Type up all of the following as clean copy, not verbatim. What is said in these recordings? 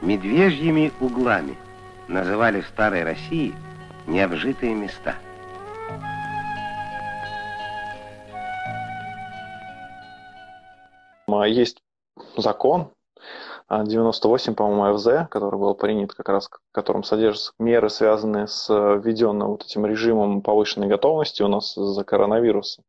Медвежьими углами называли в старой России необжитые места. Есть закон 98, по-моему, ФЗ, который был принят как раз, в котором содержатся меры, связанные с введенным вот этим режимом повышенной готовности у нас из-за коронавируса.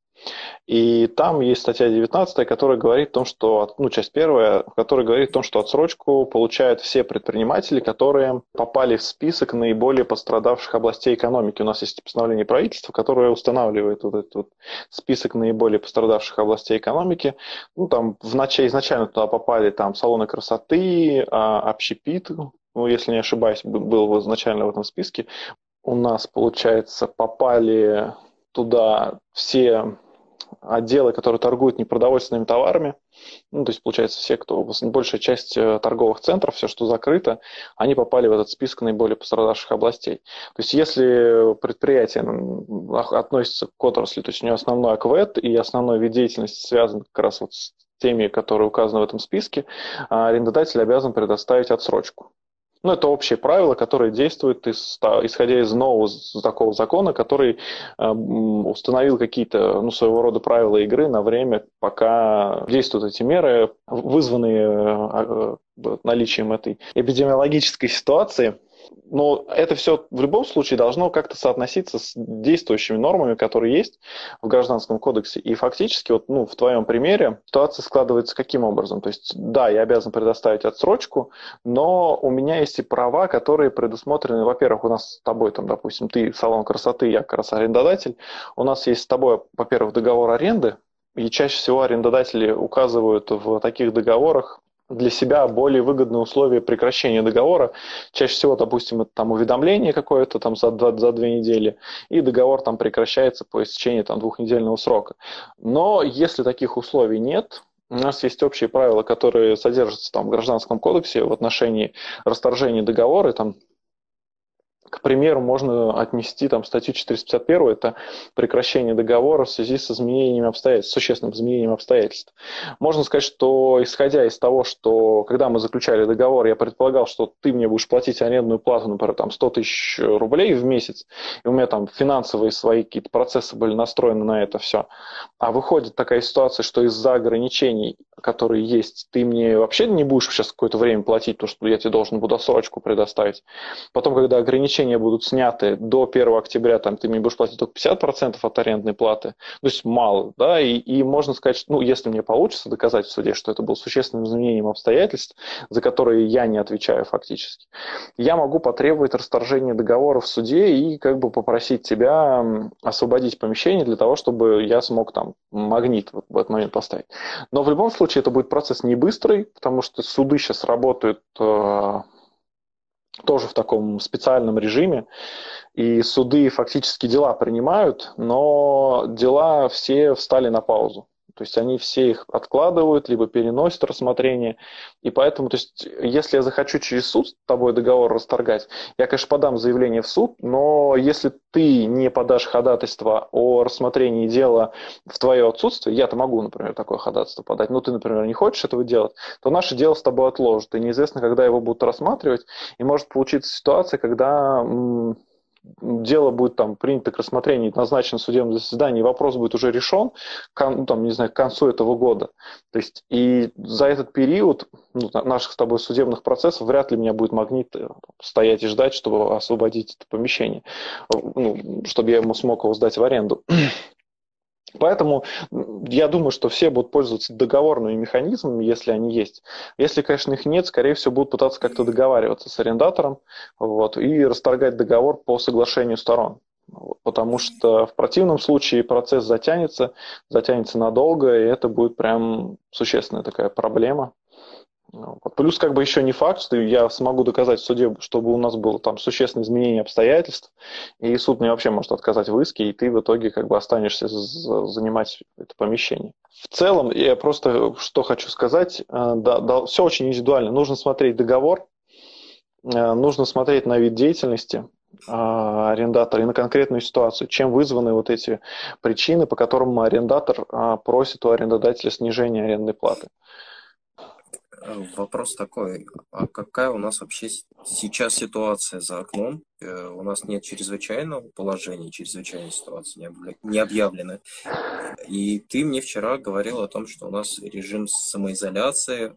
И там есть статья 19, которая говорит о том, что, часть первая, которая говорит о том, что отсрочку получают все предприниматели, которые попали в список наиболее пострадавших областей экономики. У нас есть постановление правительства, которое устанавливает вот этот вот список наиболее пострадавших областей экономики. Там изначально туда попали там салоны красоты, общепит, если не ошибаюсь, был изначально в этом списке. У нас, получается, попали туда все отделы, которые торгуют непродовольственными товарами, то есть, получается, все, большая часть торговых центров, все, что закрыто, они попали в этот список наиболее пострадавших областей. То есть, если предприятие относится к отрасли, то есть, у него основной АКВЭД и основной вид деятельности связан как раз вот с теми, которые указаны в этом списке, арендодатель обязан предоставить отсрочку. Это общее правило, которое действует, исходя из нового такого закона, который установил какие-то своего рода правила игры на время, пока действуют эти меры, вызванные наличием этой эпидемиологической ситуации. Но это все в любом случае должно как-то соотноситься с действующими нормами, которые есть в Гражданском кодексе. И фактически, в твоем примере ситуация складывается каким образом? То есть, да, я обязан предоставить отсрочку, но у меня есть и права, которые предусмотрены. Во-первых, у нас с тобой, допустим, ты салон красоты, я как раз арендодатель. У нас есть с тобой, во-первых, договор аренды, и чаще всего арендодатели указывают в таких договорах для себя более выгодные условия прекращения договора. Чаще всего, допустим, это там уведомление какое-то там за 2 недели, и договор там прекращается по истечении там 2-недельного срока. Но если таких условий нет, у нас есть общие правила, которые содержатся там в Гражданском кодексе в отношении расторжения договора, там, к примеру, можно отнести статью 451, это прекращение договора в связи с изменением обстоятельств, существенным изменением обстоятельств. Можно сказать, что исходя из того, что когда мы заключали договор, я предполагал, что ты мне будешь платить арендную плату, например, 100 тысяч рублей в месяц, и у меня там финансовые свои какие-то процессы были настроены на это все. А выходит такая ситуация, что из-за ограничений, которые есть, ты мне вообще не будешь сейчас какое-то время платить, то, что я тебе должен буду отсрочку предоставить. Потом, когда ограничения будут сняты до 1 октября, ты мне будешь платить только 50% от арендной платы, то есть мало, да, и можно сказать, что, если мне получится доказать в суде, что это было существенным изменением обстоятельств, за которые я не отвечаю фактически, я могу потребовать расторжения договора в суде и попросить тебя освободить помещение для того, чтобы я смог магнит в этот момент поставить. Но в любом случае это будет процесс не быстрый, потому что суды сейчас работают тоже в таком специальном режиме, и суды фактически дела принимают, но дела все встали на паузу. То есть они все их откладывают, либо переносят рассмотрение. И поэтому, то есть, если я захочу через суд с тобой договор расторгать, я, конечно, подам заявление в суд, но если ты не подашь ходатайство о рассмотрении дела в твое отсутствие, я-то могу, например, такое ходатайство подать, но ты, например, не хочешь этого делать, то наше дело с тобой отложат. И неизвестно, когда его будут рассматривать. И может получиться ситуация, когда дело будет принято к рассмотрению, назначено судебное заседание, и вопрос будет уже решен к концу этого года. То есть и за этот период наших с тобой судебных процессов вряд ли у меня будет магнит стоять и ждать, чтобы освободить это помещение, чтобы я ему смог его сдать в аренду. Поэтому я думаю, что все будут пользоваться договорными механизмами, если они есть. Если, конечно, их нет, скорее всего, будут пытаться как-то договариваться с арендатором и расторгать договор по соглашению сторон. Потому что в противном случае процесс затянется надолго, и это будет прям существенная такая проблема. Плюс еще не факт, что я смогу доказать в суде, чтобы у нас было существенное изменение обстоятельств, и суд мне вообще может отказать в иске, и ты в итоге останешься занимать это помещение. В целом, я просто что хочу сказать, все очень индивидуально. Нужно смотреть договор, нужно смотреть на вид деятельности арендатора и на конкретную ситуацию, чем вызваны вот эти причины, по которым арендатор просит у арендодателя снижения арендной платы. Вопрос такой, а какая у нас вообще сейчас ситуация за окном? У нас нет чрезвычайного положения, чрезвычайной ситуации не объявлена. И ты мне вчера говорил о том, что у нас режим самоизоляции.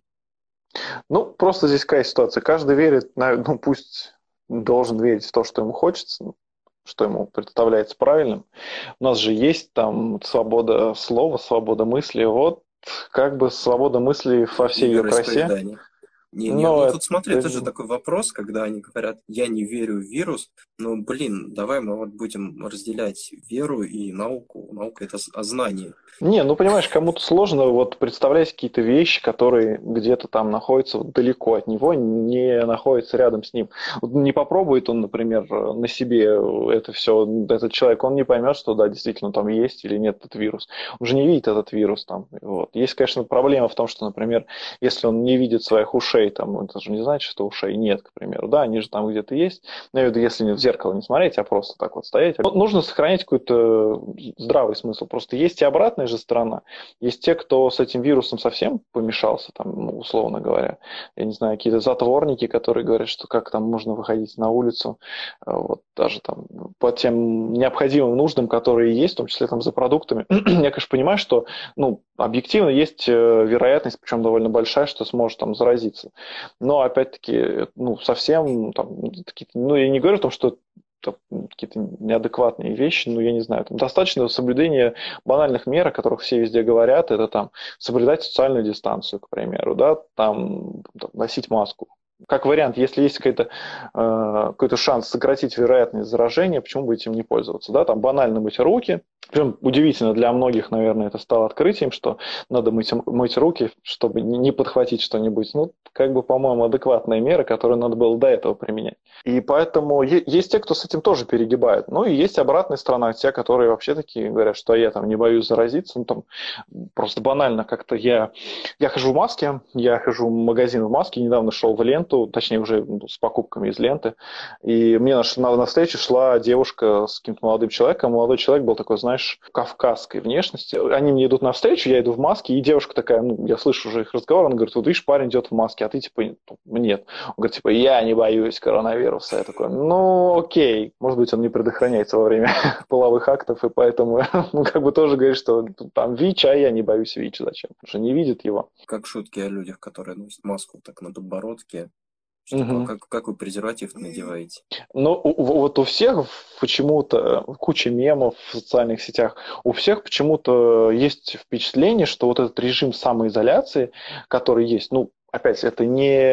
Ну, просто здесь какая ситуация. Каждый верит, ну, пусть должен верить в то, что ему хочется, что ему представляется правильным. У нас же есть там свобода слова, свобода мысли. Вот как бы свобода мысли во И всей ее красе. вероисповедание. Не, Но ну тут смотри, это... тоже такой вопрос, когда они говорят, я не верю в вирус, ну блин, давай мы вот будем разделять веру и науку. Наука это о знании. Не, ну понимаешь, кому-то сложно вот представлять какие-то вещи, которые где-то там находятся вот далеко от него, не находятся рядом с ним. Вот не попробует он, например, на себе это все, этот человек, он не поймет, что да, действительно там есть или нет этот вирус. Он же не видит этот вирус там. Вот. Есть, конечно, проблема в том, что, например, если он не видит своих ушей, там, это же не значит, что ушей нет, к примеру. Да, они же там где-то есть. Но я имею в виду, если в зеркало не смотреть, а просто так вот стоять. Но нужно сохранять какой-то здравый смысл. Просто есть и обратная же сторона. Есть те, кто с этим вирусом совсем помешался, там, ну, условно говоря. Я не знаю, какие-то затворники, которые говорят, что как там можно выходить на улицу, вот даже там по тем необходимым нуждам, которые есть, в том числе там за продуктами. Я, конечно, понимаю, что ну, объективно есть вероятность, причем довольно большая, что сможет там заразиться. Но опять-таки, ну, совсем там, ну, я не говорю о том, что какие-то неадекватные вещи, ну, я не знаю, там достаточно соблюдения банальных мер, о которых все везде говорят, это там соблюдать социальную дистанцию, к примеру, да, там носить маску. Как вариант, если есть какой-то шанс сократить вероятность заражения, почему бы этим не пользоваться, да, там банально мыть руки, причем удивительно для многих, наверное, это стало открытием, что надо мыть руки, чтобы не подхватить что-нибудь, ну, как бы, по-моему, адекватная мера, которую надо было до этого применять. И поэтому есть те, кто с этим тоже перегибает. Ну и есть обратная сторона, те, которые вообще такие говорят, что я там не боюсь заразиться. Ну там просто банально как-то я хожу в маске, я хожу в магазин в маске, недавно шел в ленту, точнее уже с покупками из ленты. И мне навстречу шла девушка с каким-то молодым человеком. Молодой человек был такой, знаешь, кавказской внешности. Они мне идут навстречу, я иду в маске, и девушка такая, ну, я слышу уже их разговор, она говорит, вот видишь, парень идет в маске, а ты типа нет. Он говорит, типа, я не боюсь коронавируса. Я такой, ну, окей. Может быть, он не предохраняется во время половых актов, и поэтому, ну, как бы тоже говорит, что там ВИЧ, а я не боюсь ВИЧ. Зачем? Потому что не видит его. Как шутки о людях, которые носят маску так на подбородке. Что Угу. такое, как вы презерватив надеваете? Ну, вот у всех почему-то куча мемов в социальных сетях, у всех почему-то есть впечатление, что вот этот режим самоизоляции, который есть, ну, опять, это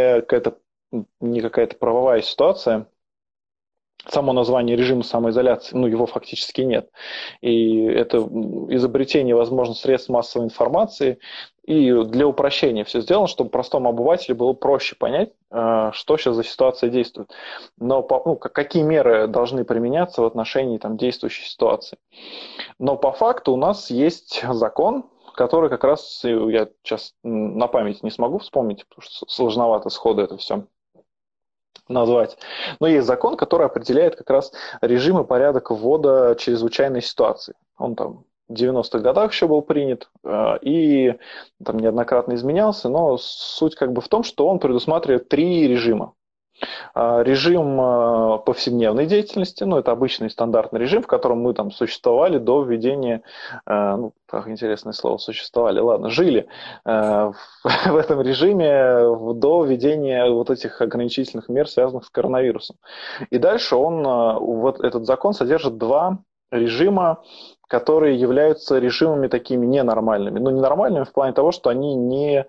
не какая-то правовая ситуация, само название режима самоизоляции, ну, его фактически нет. И это изобретение, возможно, средств массовой информации. И для упрощения все сделано, чтобы простому обывателю было проще понять, что сейчас за ситуация действует. Но ну, какие меры должны применяться в отношении там, действующей ситуации. Но по факту у нас есть закон, который как раз, я сейчас на память не смогу вспомнить, потому что сложновато сходу это все назвать. Но есть закон, который определяет как раз режим и порядок ввода чрезвычайной ситуации. Он там в 90-х годах еще был принят и там неоднократно изменялся, но суть как бы в том, что он предусматривает 3 режима. Режим повседневной деятельности, ну, это обычный стандартный режим, в котором мы там существовали до введения, ну, как интересное слово, существовали, ладно, жили в этом режиме до введения вот этих ограничительных мер, связанных с коронавирусом. И дальше вот этот закон содержит 2 режима, которые являются режимами такими ненормальными. Ну, ненормальными в плане того, что они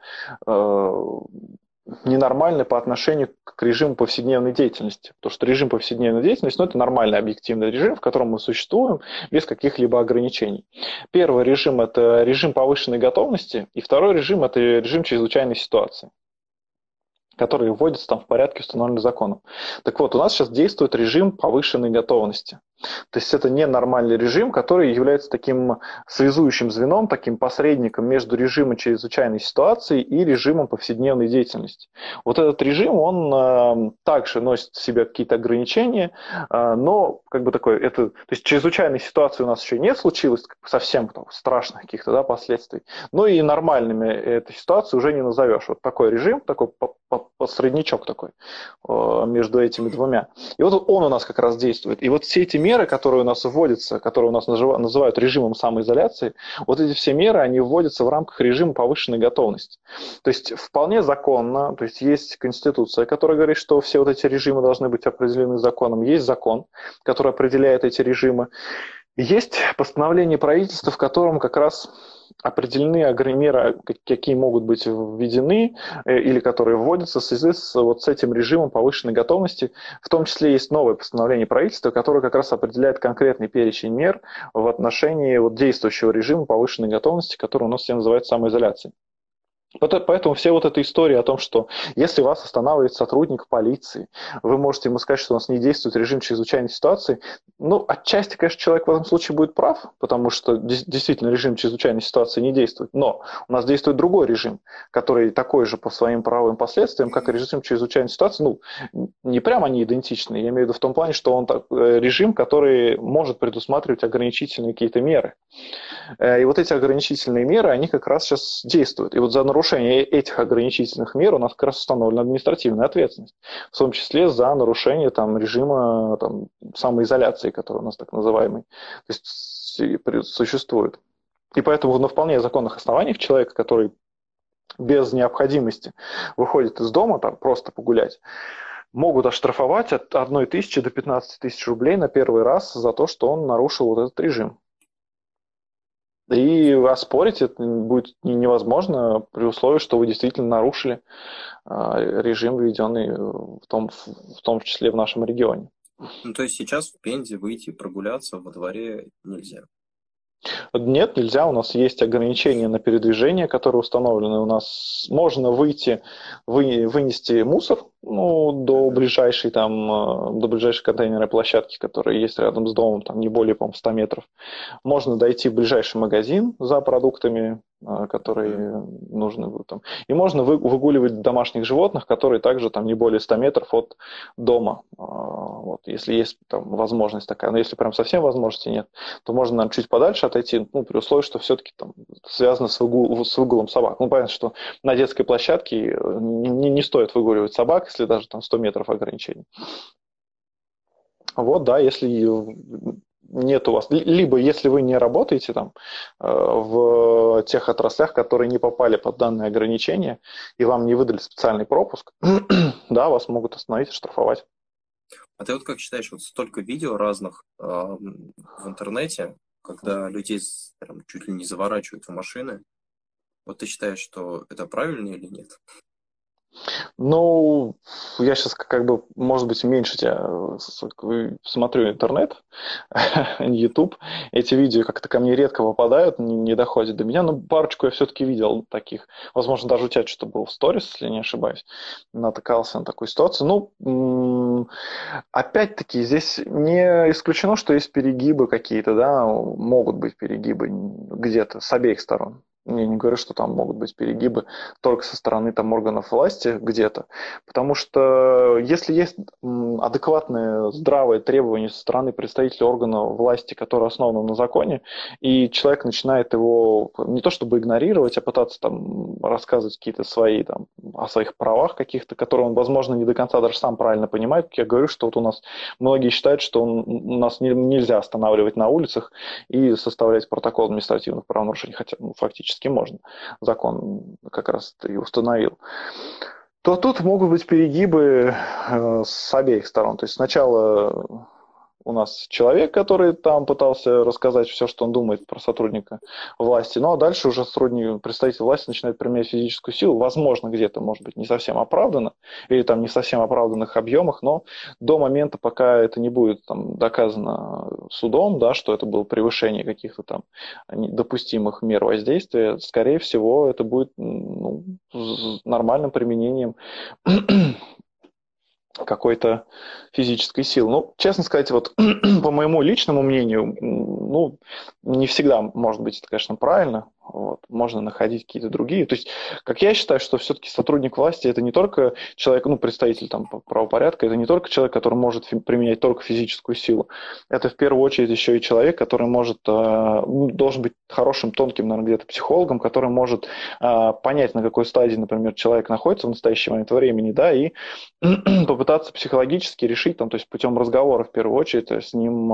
ненормальны по отношению к режиму повседневной деятельности. Потому что режим повседневной деятельности, ну, это нормальный объективный режим, в котором мы существуем без каких-либо ограничений. Первый режим – это режим повышенной готовности, и второй режим – это режим чрезвычайной ситуации, который вводится там в порядке, установленном законом. Так вот, у нас сейчас действует режим повышенной готовности. То есть это ненормальный режим, который является таким связующим звеном, таким посредником между режимом чрезвычайной ситуации и режимом повседневной деятельности. Вот этот режим, он также носит в себе какие-то ограничения, но как бы такой, то есть чрезвычайной ситуации у нас еще не случилось, совсем страшных каких-то, да, последствий, но и нормальными эту ситуацию уже не назовешь. Вот такой режим, такой посредничок такой между этими двумя. И вот он у нас как раз действует. И вот все эти меры, которые у нас вводятся, которые у нас называют режимом самоизоляции, вот эти все меры, они вводятся в рамках режима повышенной готовности. То есть вполне законно, то есть есть Конституция, которая говорит, что все вот эти режимы должны быть определены законом, есть закон, который определяет эти режимы. Есть постановление правительства, в котором как раз определены меры, какие могут быть введены или которые вводятся в связи с этим режимом повышенной готовности. В том числе есть новое постановление правительства, которое как раз определяет конкретный перечень мер в отношении действующего режима повышенной готовности, который у нас все называют самоизоляцией. Поэтому все вот эта история о том, что если вас останавливает сотрудник полиции, вы можете ему сказать, что у нас не действует режим чрезвычайной ситуации. Ну, отчасти, конечно, человек в этом случае будет прав, потому что действительно режим чрезвычайной ситуации не действует. Но у нас действует другой режим, который такой же по своим правовым последствиям, как и режим чрезвычайной ситуации. Ну, не прямо они идентичны. Я имею в виду в том плане, что он режим, который может предусматривать ограничительные какие-то меры. И вот эти ограничительные меры, они как раз сейчас действуют. И вот за нарушение этих ограничительных мер у нас как раз установлена административная ответственность, в том числе за нарушение режима самоизоляции, который у нас так называемый, то есть существует. И поэтому на вполне законных основаниях человек, который без необходимости выходит из дома, просто погулять, могут оштрафовать от 1 тысячи до 15 тысяч рублей на первый раз за то, что он нарушил вот этот режим. И оспорить это будет невозможно при условии, что вы действительно нарушили режим, введенный в том числе в нашем регионе. Ну, то есть сейчас в Пензе выйти прогуляться во дворе нельзя? Нет, нельзя. У нас есть ограничения на передвижение, которые установлены. У нас можно вынести мусор до ближайшей контейнерной площадки, которая есть рядом с домом, не более, по-моему, 100 метров. Можно дойти в ближайший магазин за продуктами, которые нужны будут там. И можно выгуливать домашних животных, которые также не более 100 метров от дома. Вот, если есть возможность такая. Но если прям совсем возможности нет, то можно, наверное, чуть подальше отойти, при условии, что все-таки связано с выгулом собак. Понятно, что на детской площадке не стоит выгуливать собак, если даже 100 метров ограничений. Вот, да, если нет у вас, либо если вы не работаете в тех отраслях, которые не попали под данные ограничения, и вам не выдали специальный пропуск, да, вас могут остановить и штрафовать. А ты как считаешь, столько видео разных в интернете, когда людей чуть ли не заворачивают в машины, ты считаешь, что это правильно или нет? Я сейчас может быть, меньше смотрю интернет, YouTube. Эти видео как-то ко мне редко попадают, не доходят до меня, но парочку я все-таки видел таких. Возможно, даже у тебя что-то было в сторис, если не ошибаюсь. Натыкался на такую ситуацию. Опять-таки, здесь не исключено, что есть перегибы какие-то, да, могут быть перегибы где-то с обеих сторон. Я не говорю, что там могут быть перегибы только со стороны органов власти где-то, потому что если есть адекватные, здравые требования со стороны представителей органов власти, которые основаны на законе, и человек начинает его не то чтобы игнорировать, а пытаться рассказывать какие-то свои о своих правах каких-то, которые он, возможно, не до конца даже сам правильно понимает. Как я говорю, что у нас многие считают, что у нас нельзя останавливать на улицах и составлять протокол административных правонарушений, хотя фактически можно. Закон как раз и установил. То тут могут быть перегибы с обеих сторон. То есть сначала у нас человек, который пытался рассказать все, что он думает про сотрудника власти, а дальше уже представитель власти начинает применять физическую силу, возможно, где-то, может быть, не совсем оправданно, или не в совсем оправданных объемах, но до момента, пока это не будет доказано судом, да, что это было превышение каких-то допустимых мер воздействия, скорее всего, это будет нормальным применением какой-то физической силы. Ну, честно сказать, вот по моему личному мнению, ну, не всегда, может быть, это, конечно, правильно. Вот, можно находить какие-то другие. То есть, как я считаю, что все-таки сотрудник власти это не только человек, ну, представитель там правопорядка, это не только человек, который может применять только физическую силу. Это в первую очередь еще и человек, который может, ну, должен быть хорошим, тонким, наверное, где-то психологом, который может понять, на какой стадии, например, человек находится в настоящий момент времени, да, и попытаться психологически решить, там, то есть путем разговора в первую очередь с ним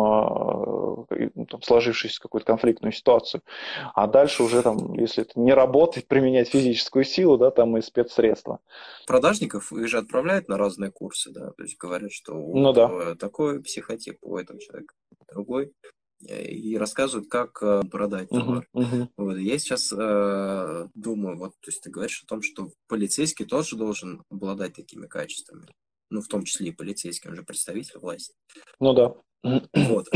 там, сложившуюся какую-то конфликтную ситуацию. А дальше уже там, если это не работает, применять физическую силу, да, там и спецсредства. Продажников их же отправляют на разные курсы, да, то есть говорят, что у Ну да. этого такой психотип, у этого человека другой, и рассказывают, как продать Мгм, товар. мгм. Вот. И я сейчас думаю, вот, то есть ты говоришь о том, что полицейский тоже должен обладать такими качествами, ну, в том числе и полицейский, он же представитель власти. Ну да. Вот.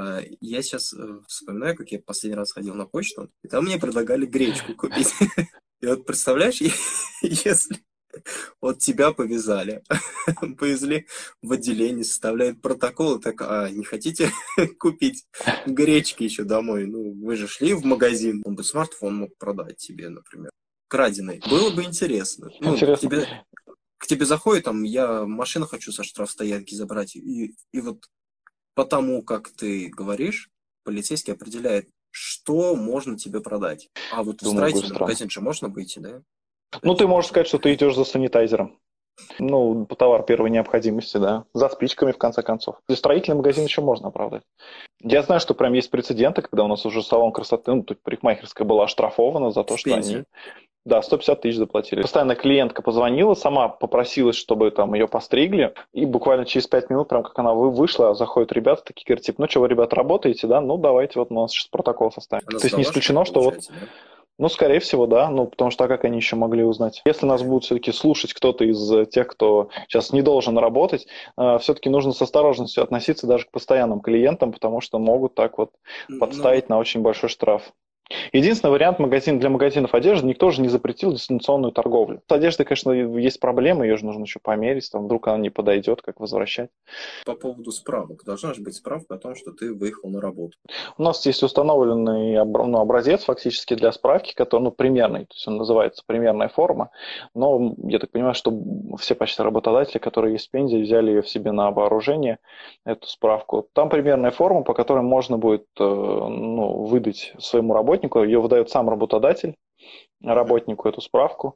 Я сейчас вспоминаю, как я последний раз ходил на почту, и там мне предлагали гречку купить. И вот представляешь, если вот тебя повязали, повезли в отделение, составляют протокол, и так, не хотите купить гречки еще домой? Ну, вы же шли в магазин, он бы смартфон мог продать тебе, например, краденый. Было бы интересно. Ну, Интересно. к тебе заходит, там, я машину хочу со штрафстоянки забрать, и вот потому, как ты говоришь, полицейский определяет, что можно тебе продать. А вот в Думаю, будет строительный странно. магазин же можно выйти, да? Ну, ты можешь сказать, что ты идешь за санитайзером. Ну, товар первой необходимости, да. За спичками, в конце концов. Для строительный магазин еще можно оправдать. Я знаю, что прям есть прецеденты, когда у нас уже салон красоты, ну, тут парикмахерская была оштрафована за то, В что Пензе. они... Да, 150 тысяч заплатили. Постоянно клиентка позвонила, сама попросилась, чтобы там ее постригли, и буквально через 5 минут, прям как она вышла, заходят ребята, такие говорят, типа, ну что, вы, ребята, работаете, да? Ну, давайте, вот мы у нас сейчас протокол составим. Она То есть не сдала, что ли, исключено, что вот получается, да? ну, скорее всего, да. Ну, потому что как они еще могли узнать? Если нас будут все-таки слушать кто-то из тех, кто сейчас не должен работать, все-таки нужно с осторожностью относиться даже к постоянным клиентам, потому что могут так вот Ну, подставить на очень большой штраф. Единственный вариант для магазинов одежды, никто же не запретил дистанционную торговлю. С одеждой, конечно, есть проблемы, ее же нужно еще померить, там, вдруг она не подойдет, как возвращать. по поводу справок. Должна же быть справка о том, что ты выехал на работу. У нас есть установленный образец фактически для справки, который, ну, примерный, то есть он называется примерная форма, но я так понимаю, что все почти работодатели, которые есть в Пензе, взяли ее в себе на вооружение, эту справку. Там примерная форма, по которой можно будет ну, выдать своему работнику, ее выдает сам работодатель, работнику эту справку,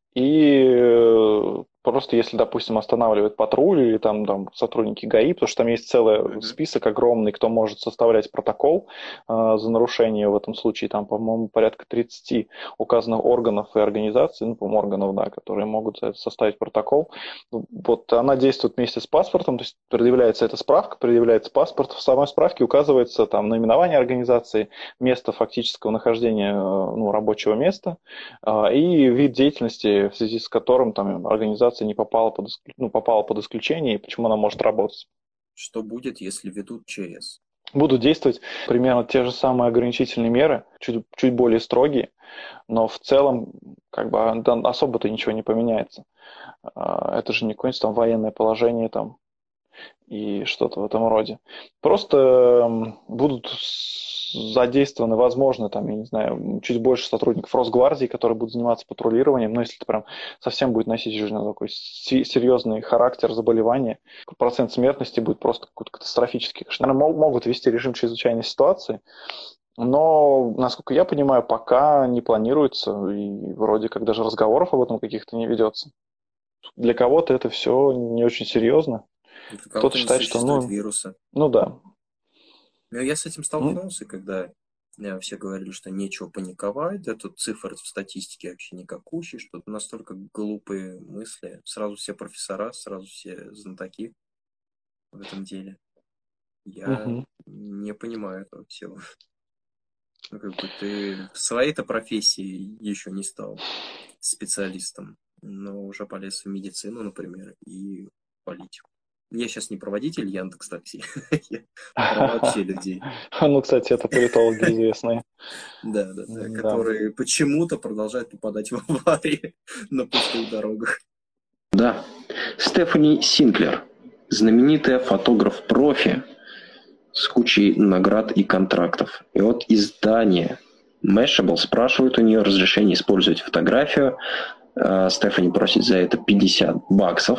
и просто если, допустим, останавливает патруль или там сотрудники ГАИ, потому что там есть целый список огромный, кто может составлять протокол за нарушение в этом случае, там, по-моему, порядка 30 указанных органов и организаций, ну, по-моему, органов, да, которые могут составить протокол. Вот она действует вместе с паспортом, то есть предъявляется эта справка, предъявляется паспорт, в самой справке указывается там наименование организации, место фактического нахождения ну, рабочего места, и вид деятельности, в связи с которым там, организация не попала попала под исключение, и почему она может работать. Что будет, если ведут ЧС? Будут действовать примерно те же самые ограничительные меры, чуть более строгие, но в целом как бы особо-то ничего не поменяется. Это же не какое-нибудь там военное положение там, и что-то в этом роде. Просто будут задействованы, возможно, там, я не знаю, чуть больше сотрудников Росгвардии, которые будут заниматься патрулированием, но если это прям совсем будет носить уже такой серьезный характер заболевания, процент смертности будет просто какой-то катастрофический. Наверное, могут ввести режим чрезвычайной ситуации, но, насколько я понимаю, пока не планируется, и вроде как даже разговоров об этом каких-то не ведется. Для кого-то это все не очень серьезно. Для Кто-то кого-то не считает, что существует вируса. ну да. Но я с этим столкнулся, когда все говорили, что нечего паниковать, да тут цифры в статистике вообще никакущие, что настолько глупые мысли. Сразу все профессора, сразу все знатоки в этом деле. Я не понимаю этого всего. Ну, как бы ты в своей-то профессии еще не стал специалистом, но уже полез в медицину, например, и в политику. Я сейчас не про водитель Яндекс.Такси, я про вообще людей. Ну, кстати, это политологи известные. Да, которые почему-то продолжают попадать в аварии на пустых дорогах. Да. Стефани Синклер, знаменитая фотограф-профи с кучей наград и контрактов. И вот издание Mashable спрашивает у нее разрешение использовать фотографию. Стефани просит за это $50.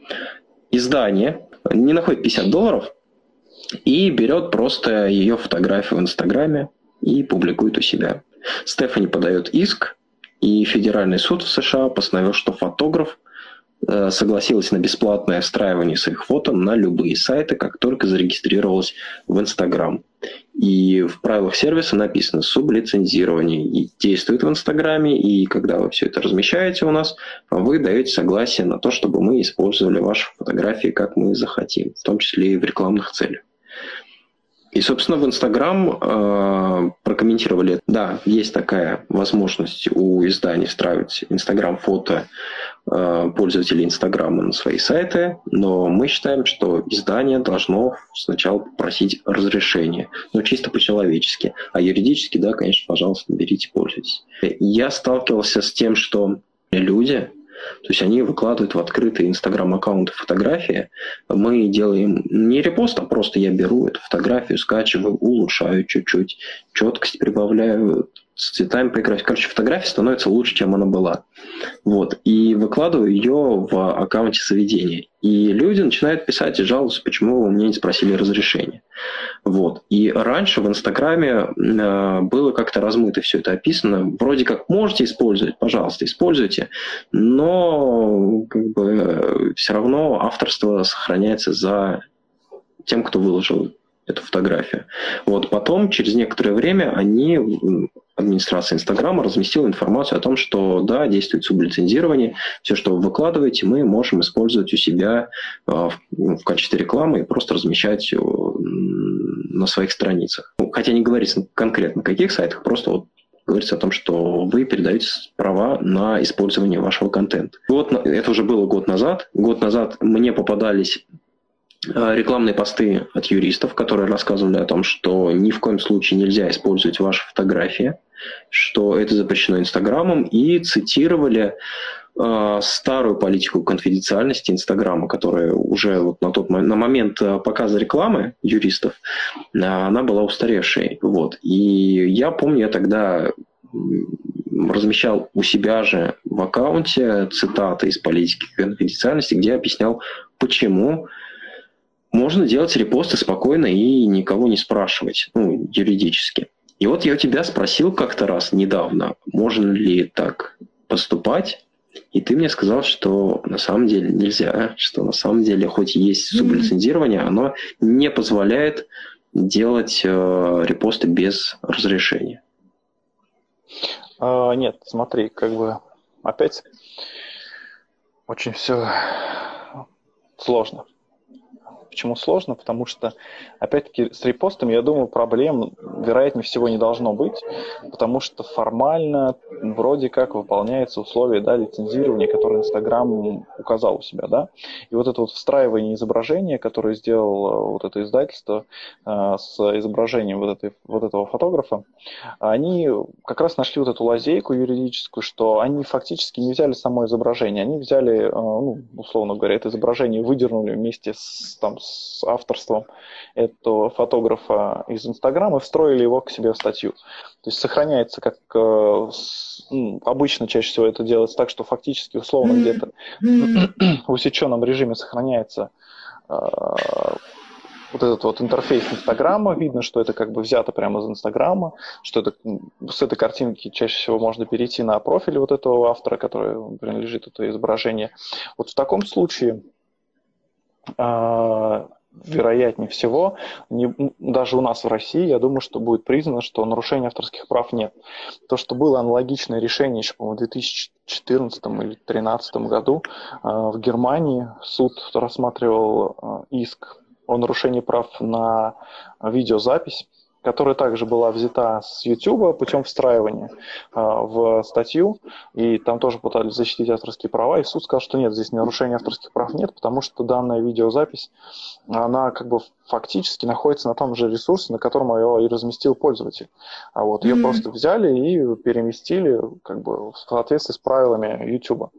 Издание не находит $50 и берет просто ее фотографию в Инстаграме и публикует у себя. Стефани подает иск, и федеральный суд в США постановил, что фотограф согласилась на бесплатное встраивание своих фото на любые сайты, как только зарегистрировалась в Инстаграм. И в правилах сервиса написано сублицензирование. И действует в Инстаграме, и когда вы все это размещаете у нас, вы даете согласие на то, чтобы мы использовали ваши фотографии, как мы захотим, в том числе и в рекламных целях. И, собственно, в Инстаграм прокомментировали, да, есть такая возможность у изданий встраивать Инстаграм-фото пользователей Инстаграма на свои сайты, но мы считаем, что издание должно сначала попросить разрешения, но чисто по-человечески, а юридически, да, конечно, пожалуйста, берите, пользуйтесь. Я сталкивался с тем, что люди, то есть они выкладывают в открытые Инстаграм-аккаунты фотографии. Мы делаем не репост, а просто я беру эту фотографию, скачиваю, улучшаю чуть-чуть, четкость прибавляю, с цветами поиграть. Короче, фотография становится лучше, чем она была. Вот. И выкладываю ее в аккаунте заведения. И люди начинают писать и жаловаться, почему вы мне не спросили разрешения. Вот. И раньше в Инстаграме было как-то размыто все это описано. Вроде как можете использовать, пожалуйста, используйте, но как бы все равно авторство сохраняется за тем, кто выложил эту фотографию. Вот. Потом, через некоторое время, администрация Инстаграма разместила информацию о том, что да, действует сублицензирование, все, что вы выкладываете, мы можем использовать у себя в качестве рекламы и просто размещать на своих страницах. Хотя не говорится конкретно на каких сайтах, просто вот говорится о том, что вы передаете права на использование вашего контента. Это уже было год назад. Год назад мне попадались рекламные посты от юристов, которые рассказывали о том, что ни в коем случае нельзя использовать ваши фотографии, что это запрещено Инстаграмом, и цитировали старую политику конфиденциальности Инстаграма, которая уже вот на момент показа рекламы юристов, она была устаревшей. Вот. И я помню, я тогда размещал у себя же в аккаунте цитаты из политики конфиденциальности, где я объяснял, почему можно делать репосты спокойно и никого не спрашивать, юридически. И вот я у тебя спросил как-то раз недавно, можно ли так поступать, и ты мне сказал, что на самом деле нельзя, что на самом деле, хоть и есть сублицензирование, оно не позволяет делать репосты без разрешения. Нет, смотри, опять очень все сложно. Почему сложно? Потому что, опять-таки, с репостами, я думаю, проблем, вероятнее всего, не должно быть, потому что формально вроде как выполняется условие, да, лицензирования, которое Инстаграм указал у себя, да. И вот это вот встраивание изображения, которое сделало вот это издательство с изображением вот этого фотографа, они как раз нашли вот эту лазейку юридическую, что они фактически не взяли само изображение, они взяли, условно говоря, это изображение выдернули вместе с авторством этого фотографа из Инстаграма и встроили его к себе в статью. То есть сохраняется, как обычно чаще всего это делается так, что фактически условно где-то в усеченном режиме сохраняется вот этот вот интерфейс Инстаграма, видно, что это как бы взято прямо из Инстаграма, что это, с этой картинки чаще всего можно перейти на профиль вот этого автора, который принадлежит это изображение. Вот в таком случае вероятнее всего, даже у нас в России, я думаю, что будет признано, что нарушения авторских прав нет. То, что было аналогичное решение еще, по-моему, в 2014 или 2013 году в Германии суд рассматривал иск о нарушении прав на видеозапись, которая также была взята с YouTube путем встраивания в статью, и там тоже пытались защитить авторские права, и суд сказал, что нет, здесь нарушения авторских прав нет, потому что данная видеозапись, она как бы фактически находится на том же ресурсе, на котором ее и разместил пользователь. А вот ее просто взяли и переместили как бы в соответствии с правилами YouTube.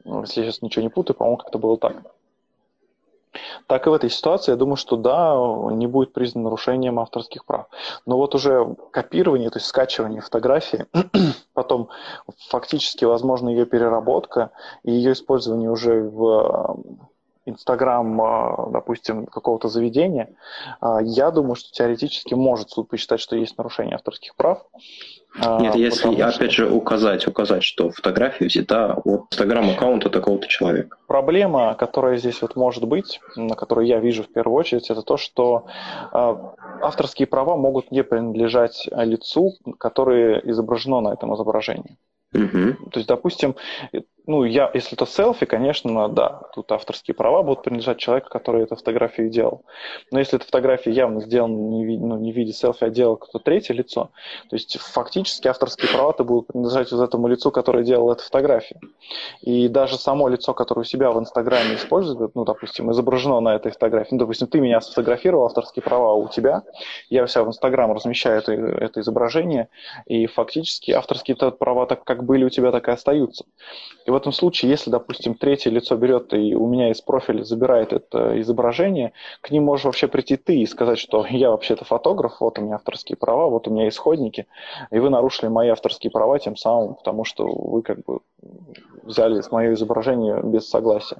Если я сейчас ничего не путаю, по-моему, как-то было так. Так и в этой ситуации, я думаю, что да, не будет признано нарушением авторских прав. Но вот уже копирование, то есть скачивание фотографии, потом фактически, возможно, ее переработка и ее использование уже в Инстаграм, допустим, какого-то заведения, я думаю, что теоретически может суд посчитать, что есть нарушение авторских прав. Нет, если, опять же, указать, что фотография взята от Инстаграм-аккаунта такого-то человека. Проблема, которая здесь вот может быть, на которую я вижу в первую очередь, это то, что авторские права могут не принадлежать лицу, которое изображено на этом изображении. Угу. То есть, допустим, если это селфи, конечно, да, тут авторские права будут принадлежать человеку, который эту фотографию делал. Но если эта фотография явно сделана не в виде селфи, а делал кто-то третье лицо, то есть фактически авторские права-то будут принадлежать вот этому лицу, которое делал эту фотографию. И даже само лицо, которое у себя в Инстаграме использует, допустим, изображено на этой фотографии, допустим, ты меня сфотографировал, авторские права у тебя, я у себя в Инстаграм размещаю это изображение, и фактически авторские права так как были у тебя, так и остаются. И в этом случае, если, допустим, третье лицо берет и у меня из профиля забирает это изображение, к ним можешь вообще прийти ты и сказать, что я вообще-то фотограф, вот у меня авторские права, вот у меня исходники, и вы нарушили мои авторские права тем самым, потому что вы как бы взяли мое изображение без согласия.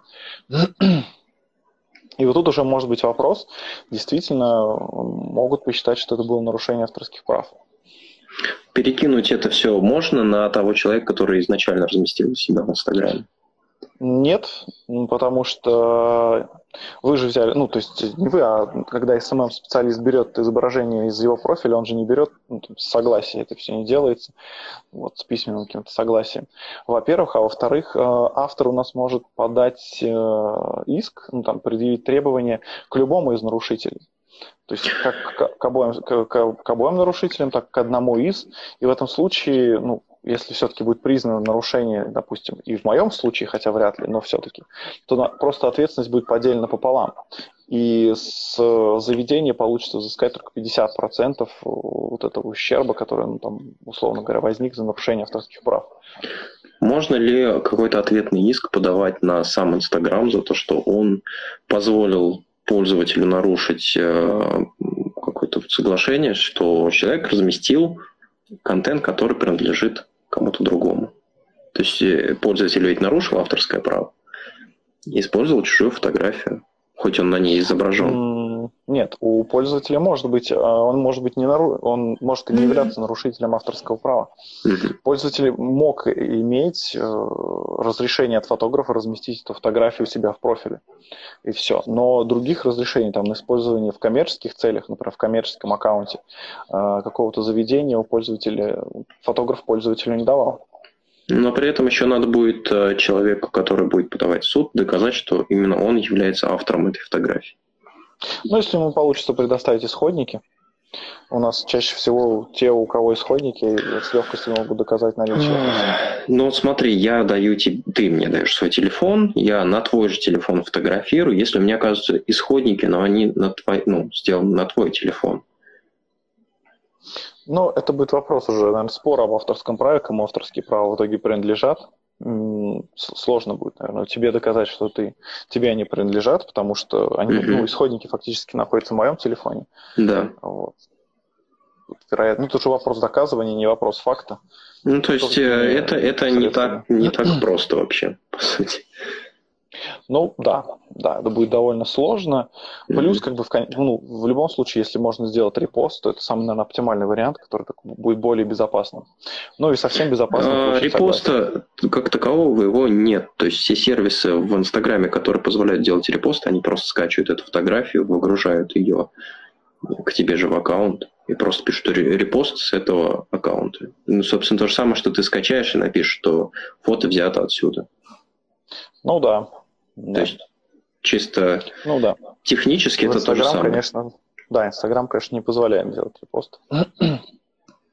И вот тут уже может быть вопрос, действительно могут посчитать, что это было нарушение авторских прав. Перекинуть это все можно на того человека, который изначально разместил себя в Инстаграме? Нет, потому что вы же взяли, то есть не вы, а когда SMM-специалист берет изображение из его профиля, он же не берет с согласия, это все не делается, с письменным каким-то согласием. Во-первых, а во-вторых, автор у нас может подать иск, предъявить требования к любому из нарушителей. То есть как к обоим нарушителям, так и к одному из. И в этом случае, если все-таки будет признано нарушение, допустим, и в моем случае, хотя вряд ли, но все-таки, то просто ответственность будет поделена пополам. И с заведения получится взыскать только 50% вот этого ущерба, который, условно говоря, возник за нарушение авторских прав. Можно ли какой-то ответный иск подавать на сам Инстаграм за то, что он позволил пользователю нарушить какое-то соглашение, что человек разместил контент, который принадлежит кому-то другому. То есть пользователь ведь нарушил авторское право и использовал чужую фотографию, хоть он на ней изображен. Нет, у пользователя может быть, он может и не являться нарушителем авторского права. Пользователь мог иметь разрешение от фотографа разместить эту фотографию у себя в профиле. И все. Но других разрешений на использование в коммерческих целях, например, в коммерческом аккаунте какого-то заведения фотограф пользователю не давал. Но при этом еще надо будет человеку, который будет подавать в суд, доказать, что именно он является автором этой фотографии. Если ему получится предоставить исходники, у нас чаще всего те, у кого исходники, с легкостью могут доказать наличие. Смотри, ты мне даешь свой телефон, я на твой же телефон фотографирую, если у меня оказываются исходники, но они сделаны на твой телефон. Это будет вопрос уже, наверное, спора об авторском праве, кому авторские права в итоге принадлежат. Сложно будет, наверное, тебе доказать, что тебе они принадлежат, потому что они, исходники фактически находятся в моем телефоне. Да. Вероятно, тут же вопрос доказывания, не вопрос факта. То есть это не так просто вообще, по сути. Да, это будет довольно сложно. Плюс, в любом случае, если можно сделать репост, то это самый, наверное, оптимальный вариант, который будет более безопасным. И совсем безопасным. Репоста как такового его нет. То есть все сервисы в Инстаграме, которые позволяют делать репосты, они просто скачивают эту фотографию, выгружают ее к тебе же в аккаунт и просто пишут репост с этого аккаунта. Собственно, то же самое, что ты скачаешь и напишешь, что фото взято отсюда. Да. То есть чисто технически это то же самое. Инстаграм, конечно, не позволяет делать репост.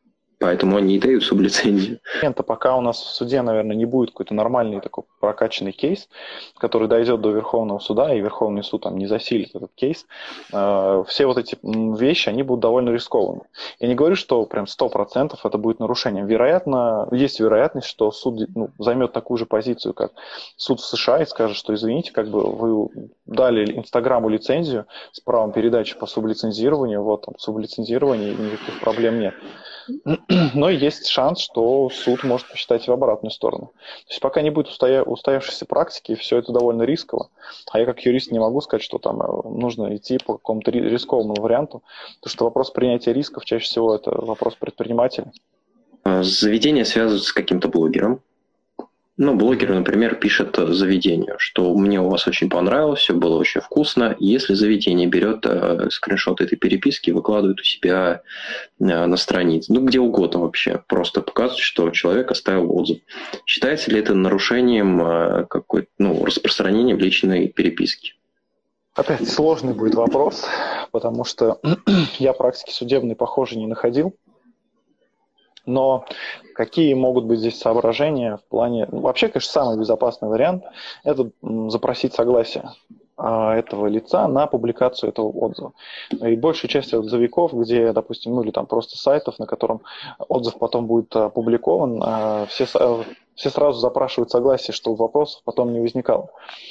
Поэтому они и дают сублицензию. Пока у нас в суде, наверное, не будет какой-то нормальный такой прокачанный кейс, который дойдет до Верховного суда, и Верховный суд там не засилит этот кейс, все вот эти вещи, они будут довольно рискованны. Я не говорю, что прям 100% это будет нарушением. Вероятно, есть вероятность, что суд займет такую же позицию, как суд в США, и скажет, что, извините, как бы вы дали Инстаграму лицензию с правом передачи по сублицензированию, вот там сублицензирование, никаких проблем нет. Но есть шанс, что суд может посчитать в обратную сторону. То есть пока не будет устоявшейся практики, все это довольно рисково. А я как юрист не могу сказать, что там нужно идти по какому-то рискованному варианту, потому что вопрос принятия рисков чаще всего это вопрос предпринимателя. Заведение связывается с каким-то блогером. Ну, блогер, например, пишет заведению, что мне у вас очень понравилось, все было очень вкусно. Если заведение берет скриншот этой переписки и выкладывает у себя на странице, ну, где угодно вообще, просто показывает, что человек оставил отзыв. Считается ли это нарушением распространением личной переписки? Опять сложный будет вопрос, потому что я практики судебной, похоже, не находил. Но какие могут быть здесь соображения в плане... Вообще, конечно, самый безопасный вариант – это запросить согласие этого лица на публикацию этого отзыва. И большая часть отзывиков, где, допустим, или там просто сайтов, на котором отзыв потом будет опубликован, все сразу запрашивают согласие, чтобы вопросов потом не возникало.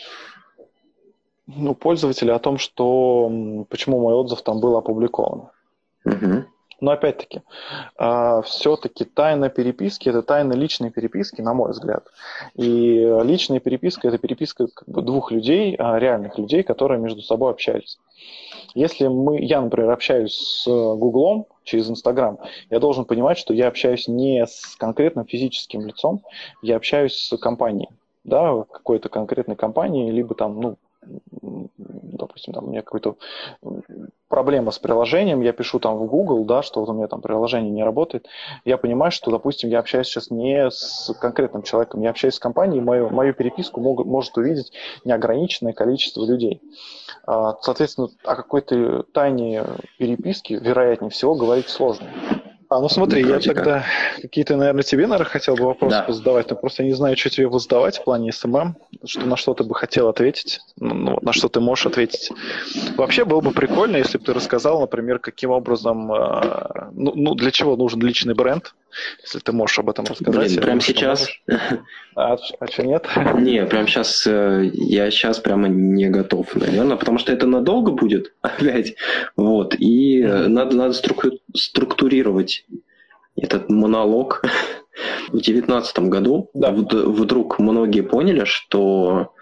Пользователи о том, что почему мой отзыв там был опубликован. Угу. Но опять-таки, все-таки тайна переписки – это тайна личной переписки, на мой взгляд. И личная переписка – это переписка двух людей, реальных людей, которые между собой общались. Если я, например, общаюсь с Гуглом через Инстаграм, я должен понимать, что я общаюсь не с конкретным физическим лицом, я общаюсь с компанией, да, какой-то конкретной компанией, либо там, допустим, там у меня какой-то проблема с приложением, я пишу там в Google, да, что вот у меня там приложение не работает, я понимаю, что, допустим, я общаюсь сейчас не с конкретным человеком, я общаюсь с компанией, мою переписку может увидеть неограниченное количество людей. Соответственно, о какой-то тайне переписки, вероятнее всего, говорить сложно. Смотри, я тогда какие-то, наверное, тебе, хотел бы вопросы позадавать, но просто я не знаю, что тебе бы задавать в плане СММ, на что ты бы хотел ответить, на что ты можешь ответить. Вообще было бы прикольно, если бы ты рассказал, например, каким образом, для чего нужен личный бренд, если ты можешь об этом рассказать. Блин, прямо сейчас? А что нет? Не, прямо сейчас, я сейчас прямо не готов, наверное, потому что это надолго будет опять, вот, и надо структурировать этот монолог. В 2019 году вдруг многие поняли, что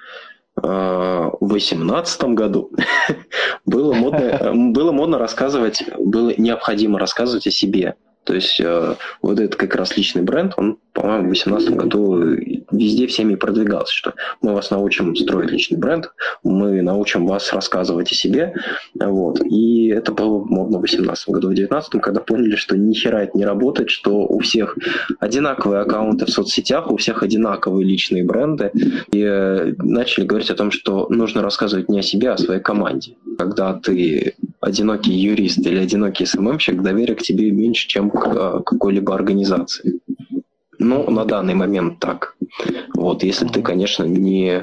в 2018 году было модно рассказывать, было необходимо рассказывать о себе. То есть вот этот как раз личный бренд, он, по-моему, в 2018 году везде всеми продвигался, что мы вас научим строить личный бренд, мы научим вас рассказывать о себе. Вот. И это было модно в 2018 году. В 2019, когда поняли, что ни хера это не работает, что у всех одинаковые аккаунты в соцсетях, у всех одинаковые личные бренды, и начали говорить о том, что нужно рассказывать не о себе, а о своей команде. Когда ты одинокий юрист или одинокий СММщик, доверия к тебе меньше, чем к какой-либо организации. На данный момент так. Вот, если ты, конечно, не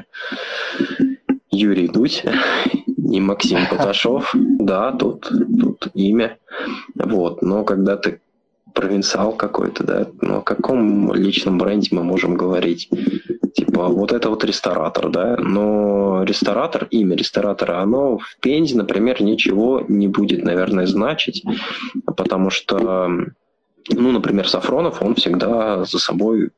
Юрий Дудь, не Максим Поташов, да, тут имя. Вот, но когда ты провинциал какой-то, да, о каком личном бренде мы можем говорить? Типа, вот это вот ресторатор, да, но ресторатор, имя ресторатора, оно в Пензе, например, ничего не будет, наверное, значить, потому что, например, Сафронов, он всегда за собой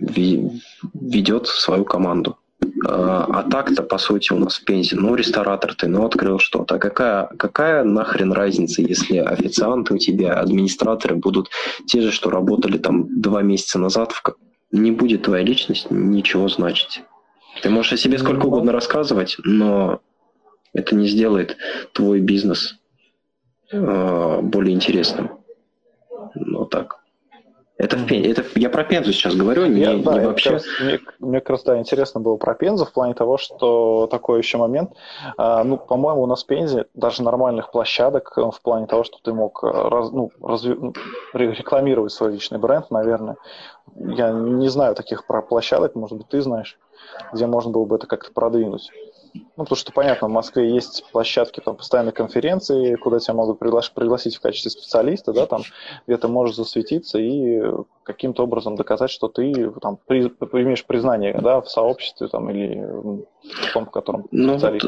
ведет свою команду. А так-то, по сути, у нас в Пензе, ресторатор ты, открыл что-то. Какая нахрен разница, если официанты у тебя, администраторы будут те же, что работали там 2 месяца назад, не будет твоя личность ничего значить. Ты можешь о себе сколько угодно рассказывать, но это не сделает твой бизнес более интересным. Так. Это в Пензе. Это я про Пензу сейчас говорю, не вообще. Мне как раз интересно было про Пензу в плане того, что такой еще момент. По-моему, у нас в Пензе даже нормальных площадок в плане того, что ты мог рекламировать свой личный бренд, наверное. Я не знаю таких площадок, может быть, ты знаешь, где можно было бы это как-то продвинуть. Потому что, понятно, в Москве есть площадки, там, постоянные конференции, куда тебя могут пригласить в качестве специалиста, да, там, где ты можешь засветиться и каким-то образом доказать, что ты там, имеешь признание, да, в сообществе там, или в том, в котором специалист.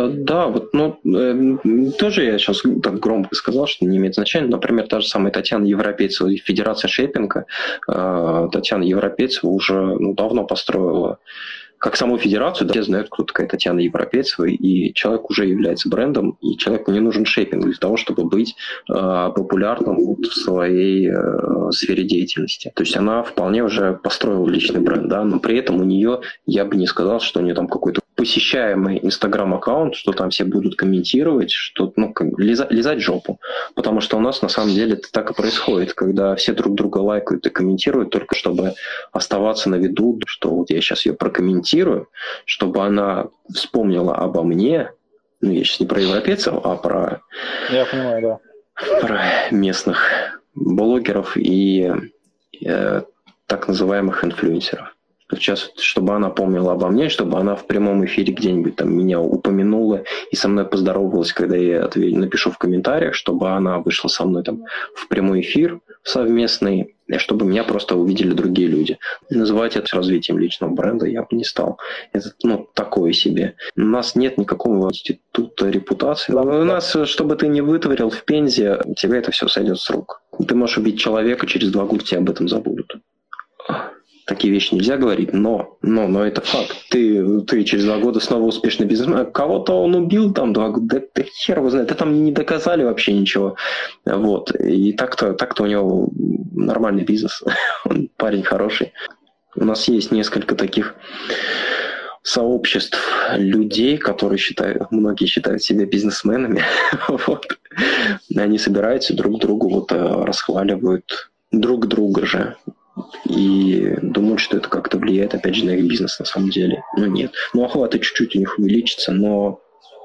Тоже я сейчас так громко сказал, что не имеет значения. Например, та же самая Татьяна Европейцева, Федерация шейпинга. Татьяна Европейцева уже давно построила как саму федерацию, да, все знают, кто такая Татьяна Европейцева, и человек уже является брендом, и человеку не нужен шейпинг для того, чтобы быть популярным в своей сфере деятельности. То есть она вполне уже построила личный бренд, да, но при этом у нее, я бы не сказал, что у нее там какой-то посещаемый Инстаграм-аккаунт, что там все будут комментировать, что лизать жопу. Потому что у нас на самом деле это так и происходит, когда все друг друга лайкают и комментируют, только чтобы оставаться на виду, что вот я сейчас ее прокомментирую, чтобы она вспомнила обо мне. Я сейчас не про европейцев, а про... Я понимаю, да. Про местных блогеров и так называемых инфлюенсеров. Сейчас, чтобы она помнила обо мне, чтобы она в прямом эфире где-нибудь там меня упомянула и со мной поздоровалась, когда я напишу в комментариях, чтобы она вышла со мной там в прямой эфир совместный, и чтобы меня просто увидели другие люди. Называть это развитием личного бренда я бы не стал. Это, такое себе. У нас нет никакого института репутации. У нас, чтобы ты не вытворил в Пензе, у тебя это все сойдет с рук. Ты можешь убить человека, через 2 года тебя об этом забудут. Такие вещи нельзя говорить, но это факт. Ты через 2 года снова успешный бизнесмен. Кого-то он убил там 2 года, да хер его знает. Да там не доказали вообще ничего. Вот. И так-то у него нормальный бизнес. Он парень хороший. У нас есть несколько таких сообществ людей, которые многие считают себя бизнесменами. Вот. Они собираются друг другу расхваливают друг друга же. И думают, что это как-то влияет, опять же, на их бизнес на самом деле. Но нет. Охваты чуть-чуть у них увеличатся, но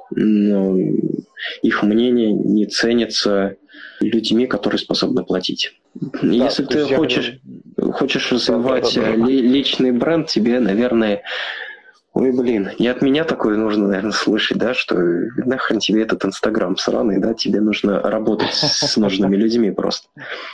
их мнение не ценится людьми, которые способны платить. Если ты хочешь развивать личный бренд, тебе, наверное... Ой, блин, и от меня такое нужно, наверное, слышать, да, что нахрен тебе этот Инстаграм сраный, да, тебе нужно работать с нужными людьми просто.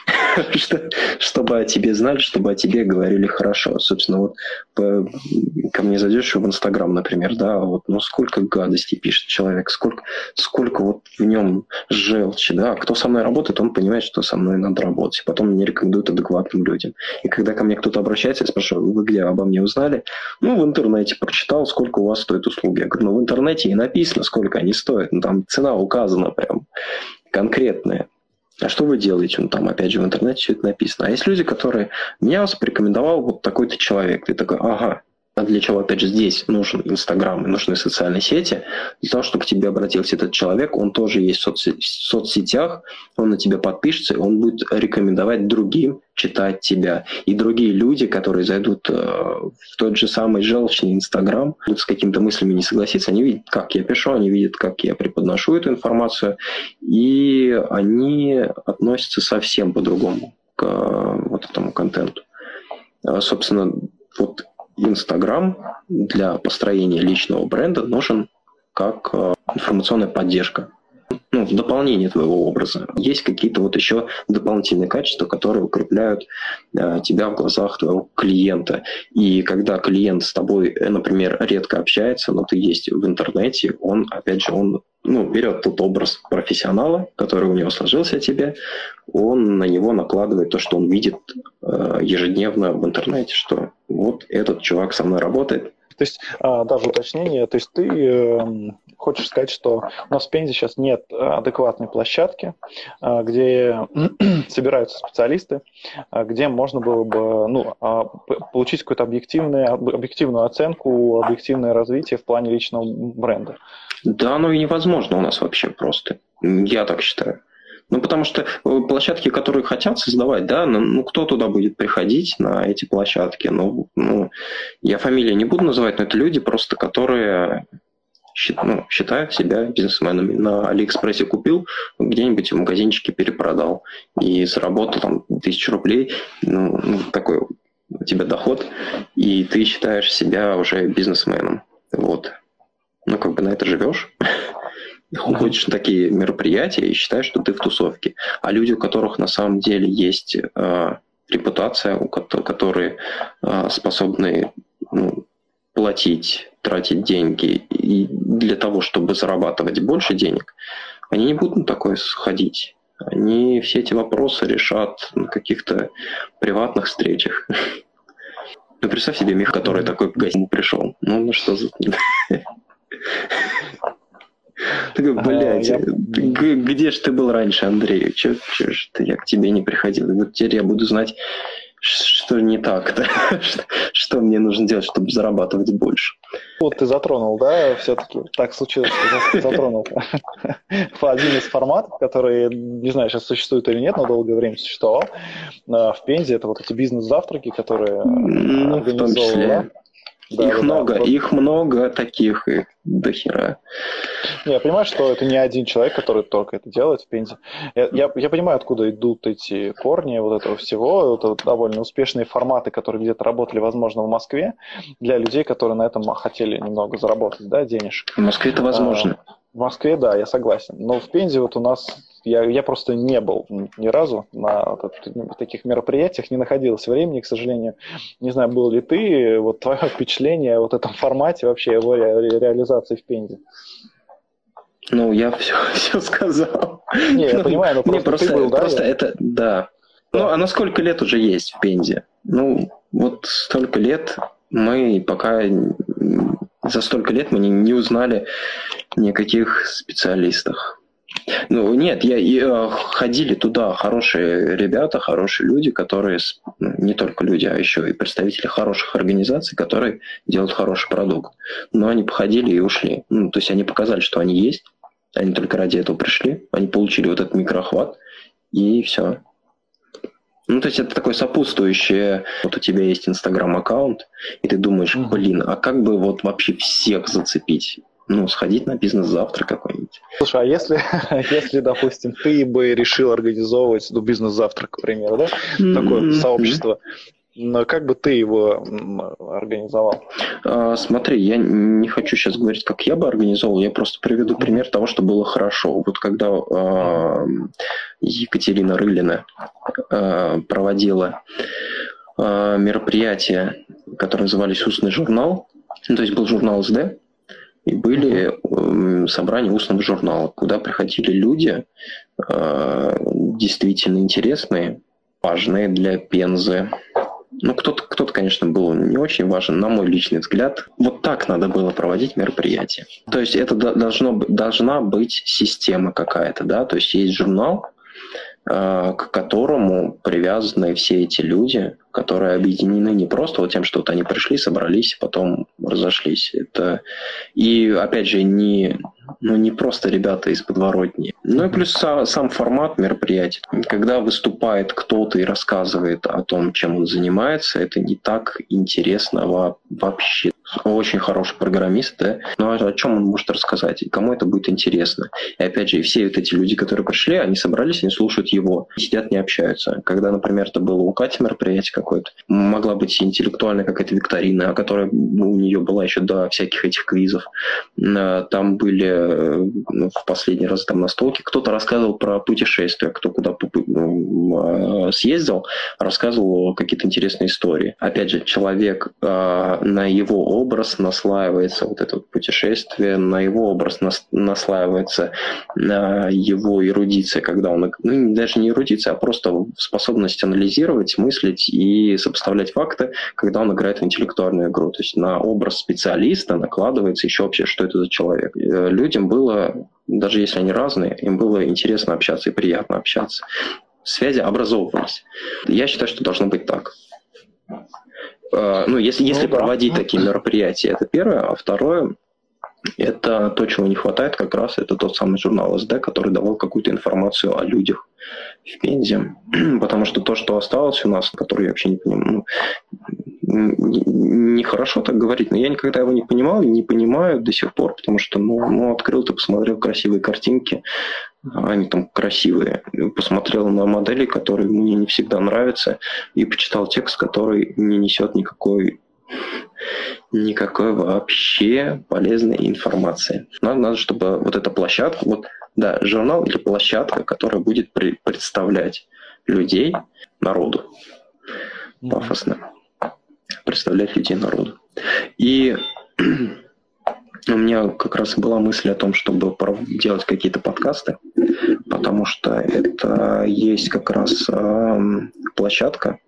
Чтобы о тебе знали, чтобы о тебе говорили хорошо. Собственно, вот ко мне зайдешь в Инстаграм, например, да, сколько гадостей пишет человек, сколько вот в нем желчи, да, кто со мной работает, он понимает, что со мной надо работать, потом меня рекомендуют адекватным людям. И когда ко мне кто-то обращается, я спрашиваю, вы где обо мне узнали? В интернете прочитал, сколько у вас стоят услуги. Я говорю, в интернете и написано, сколько они стоят. Там цена указана прям конкретная. А что вы делаете? Там, опять же, в интернете все это написано. А есть люди, которые... Меня порекомендовал вот такой-то человек. Ты такой, ага. А для чего, опять же, здесь нужен Инстаграм и нужны социальные сети? Для того, чтобы к тебе обратился этот человек, он тоже есть в соцсетях, он на тебя подпишется, и он будет рекомендовать другим читать тебя. И другие люди, которые зайдут в тот же самый желчный Инстаграм, будут с какими-то мыслями не согласиться, они видят, как я пишу, они видят, как я преподношу эту информацию, и они относятся совсем по-другому к вот этому контенту. Собственно, вот Инстаграм для построения личного бренда нужен как информационная поддержка. В дополнение твоего образа. Есть какие-то вот еще дополнительные качества, которые укрепляют тебя в глазах твоего клиента. И когда клиент с тобой, например, редко общается, но ты есть в интернете, он берет тот образ профессионала, который у него сложился о тебе, он на него накладывает то, что он видит ежедневно в интернете, что вот этот чувак со мной работает. То есть, даже уточнение, то есть ты хочешь сказать, что у нас в Пензе сейчас нет адекватной площадки, где собираются специалисты, где можно было бы получить какую-то объективную оценку, объективное развитие в плане личного бренда. Да, оно и невозможно у нас вообще просто. Я так считаю. Ну, потому что площадки, которые хотят создавать, да, ну кто туда будет приходить на эти площадки? Ну, я фамилии не буду называть, но это люди просто, которые считают себя бизнесменами. На Алиэкспрессе купил, где-нибудь в магазинчике перепродал и заработал там 1000 рублей, такой у тебя доход, и ты считаешь себя уже бизнесменом. Вот. Ну, как бы на это живешь. Ходишь на такие мероприятия и считаешь, что ты в тусовке. А люди, у которых на самом деле есть репутация, которые способны платить, тратить деньги и для того, чтобы зарабатывать больше денег, они не будут на такое сходить. Они все эти вопросы решат на каких-то приватных встречах. Ну, представь себе Мих, который такой к гостям пришел. Ну что за... Такой, блядь, где ж ты был раньше, Андрей? Чё ж ты, я к тебе не приходил? И вот теперь я буду знать, что не так-то, что мне нужно делать, чтобы зарабатывать больше. Вот ты затронул, да, все-таки так случилось, что ты затронул один из форматов, который, не знаю, сейчас существует или нет, но долгое время существовал в Пензе, это вот эти бизнес-завтраки, которые в том числе. Их много таких, их до хера. Я понимаю, что это не один человек, который только это делает в Пензе. Я понимаю, откуда идут эти корни вот этого всего. Это вот довольно успешные форматы, которые где-то работали, возможно, в Москве, для людей, которые на этом хотели немного заработать, да, денежек. В Москве это возможно. В Москве, да, я согласен. Но в Пензе вот у нас... Я просто не был ни разу на таких мероприятиях, не находилось времени, к сожалению. Не знаю, был ли ты, вот твое впечатление о вот этом формате, вообще его реализации в Пензе? Ну, я все сказал. Не, я понимаю, но просто ты был, да? Просто это, да. Ну, а на сколько лет уже есть в Пензе? Ну, вот столько лет мы пока... За столько лет мы не узнали никаких специалистов. Ну, нет, ходили туда хорошие ребята, хорошие люди, которые, не только люди, а еще и представители хороших организаций, которые делают хороший продукт. Но они походили и ушли. Ну, то есть они показали, что они есть, они только ради этого пришли, они получили вот этот микроохват, и все. Ну, то есть это такое сопутствующее. Вот у тебя есть Инстаграм-аккаунт, и ты думаешь, блин, а как бы вот вообще всех зацепить? Ну, сходить на бизнес-завтрак какой-нибудь. Слушай, а если, допустим, ты бы решил организовывать бизнес-завтрак, к примеру, да, такое сообщество, но как бы ты его организовал? Смотри, я не хочу сейчас говорить, как я бы организовал, я просто приведу пример того, что было хорошо. Вот когда Екатерина Рылина проводила мероприятие, которое назывались «Устный журнал», ну, то есть был журнал СД, и были собрания устного журнала, куда приходили люди действительно интересные, важные для Пензы. Ну, кто-то, конечно, был не очень важен, на мой личный взгляд. Вот так надо было проводить мероприятие. То есть это должна быть система какая-то, да, то есть есть журнал, к которому привязаны все эти люди, которые объединены не просто вот тем, что вот они пришли, собрались, потом разошлись. Это... И, опять же, не просто ребята из подворотни. Ну и плюс сам формат мероприятия. Когда выступает кто-то и рассказывает о том, чем он занимается, это не так интересно вообще. Очень хороший программист, да, но о чем он может рассказать, и кому это будет интересно. И опять же, все вот эти люди, которые пришли, они собрались, они слушают его, сидят, не общаются. Когда, например, это было у Кати мероприятие какое-то, могла быть интеллектуальная какая-то викторина, которая у нее была еще до всяких этих квизов. Там были в последний раз там настолки, кто-то рассказывал про путешествия, кто куда съездил, рассказывал какие-то интересные истории. Опять же, человек на его образ наслаивается вот это вот путешествие, на его образ наслаивается его эрудиция, когда он, ну, даже не эрудиция, а просто способность анализировать, мыслить и сопоставлять факты, когда он играет в интеллектуальную игру. То есть на образ специалиста накладывается еще вообще, что это за человек. Людям было, даже если они разные, им было интересно общаться и приятно общаться. Связи образовывались. Я считаю, что должно быть так. Ну, если проводить такие мероприятия, это первое. А второе, Это то, чего не хватает как раз, это тот самый журнал СД, который давал какую-то информацию о людях в Пензе. Потому что то, что осталось у нас, который я вообще не понимаю, нехорошо так говорить, но я никогда его не понимал и не понимаю до сих пор, потому что, открыл, ты посмотрел красивые картинки, они там красивые, посмотрел на модели, которые мне не всегда нравятся, и почитал текст, который не несет никакой вообще полезной информации. Надо, чтобы вот эта площадка, журнал или площадка, которая будет представлять людей народу. Пафосно. Представлять людей народу. И у меня как раз была мысль о том, чтобы делать какие-то подкасты, потому что это есть как раз площадка,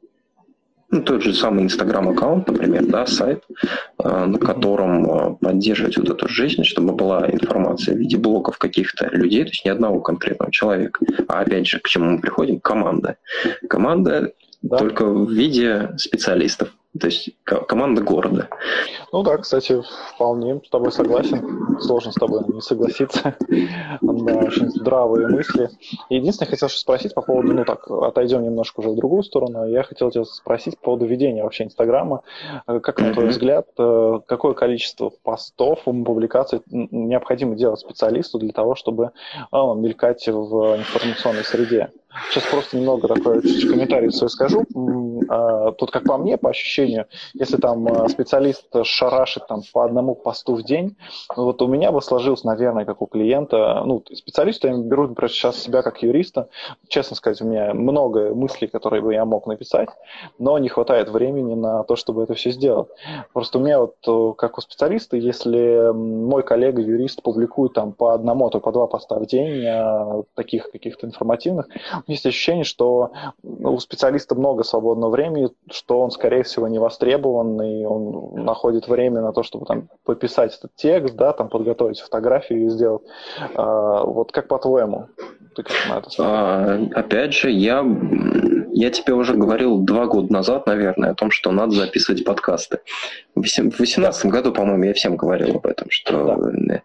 тот же самый Инстаграм-аккаунт, например, да, сайт, на котором поддерживать вот эту жизнь, чтобы была информация в виде блогов каких-то людей, то есть не одного конкретного человека. А опять же, к чему мы приходим? Команда. Команда только в виде специалистов. То есть команда города. Да, кстати, вполне с тобой согласен. Сложно с тобой не согласиться. Да, очень здравые мысли. Единственное, хотел спросить по поводу, отойдем немножко уже в другую сторону. Я хотел тебя спросить по поводу ведения вообще Инстаграма. Как, на твой взгляд, какое количество постов, публикаций необходимо делать специалисту для того, чтобы мелькать в информационной среде? Сейчас просто немного такой чуть-чуть комментарий свой скажу. Тут, как по мне, по ощущению, если там специалист шарашит там по одному посту в день, вот у меня бы сложилось, наверное, как у клиента, специалиста я беру, например, сейчас себя как юриста, честно сказать, у меня много мыслей, которые бы я мог написать, но не хватает времени на то, чтобы это все сделать. Просто у меня как у специалиста, если мой коллега, юрист, публикует там по одному, то по 2 поста в день, таких каких-то информативных, есть ощущение, что у специалиста много свободного времени, что он, скорее всего, не востребован, и он находит время на то, чтобы там пописать этот текст, да, там подготовить фотографию и сделать. Вот как по-твоему? Ты как на это смотришь? Опять же, я тебе уже говорил 2 года назад, наверное, о том, что надо записывать подкасты. В 2018 году, по-моему, я всем говорил об этом, что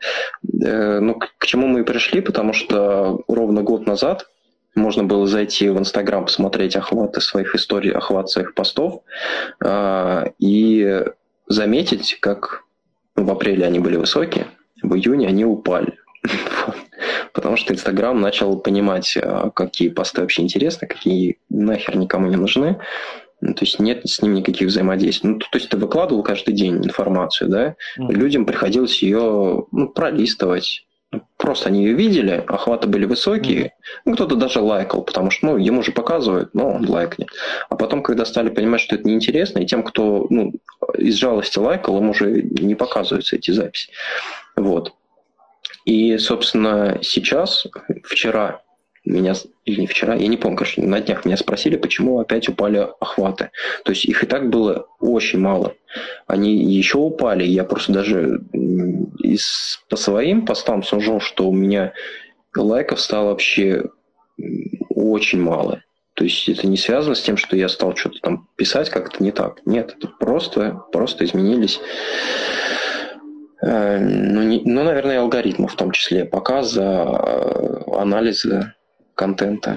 к чему мы и пришли, потому что ровно год назад можно было зайти в Инстаграм, посмотреть охваты своих историй, охват своих постов и заметить, как в апреле они были высокие, в июне они упали. Потому что Инстаграм начал понимать, какие посты вообще интересны, какие нахер никому не нужны. То есть нет с ним никаких взаимодействий. То есть ты выкладывал каждый день информацию, да? Людям приходилось ее пролистывать. Просто они ее видели, охваты были высокие, кто-то даже лайкал, потому что ему же показывают, но он лайкнет. А потом, когда стали понимать, что это неинтересно, и тем, кто из жалости лайкал, им уже не показываются эти записи. Вот. И, собственно, сейчас, вчера, или не вчера, я не помню, конечно, на днях меня спросили, почему опять упали охваты. То есть их и так было очень мало. Они еще упали. Я просто даже по своим постам сужу, что у меня лайков стало вообще очень мало. То есть это не связано с тем, что я стал что-то там писать как-то не так. Нет, это просто изменились. Наверное, алгоритмы в том числе, показа, анализа контента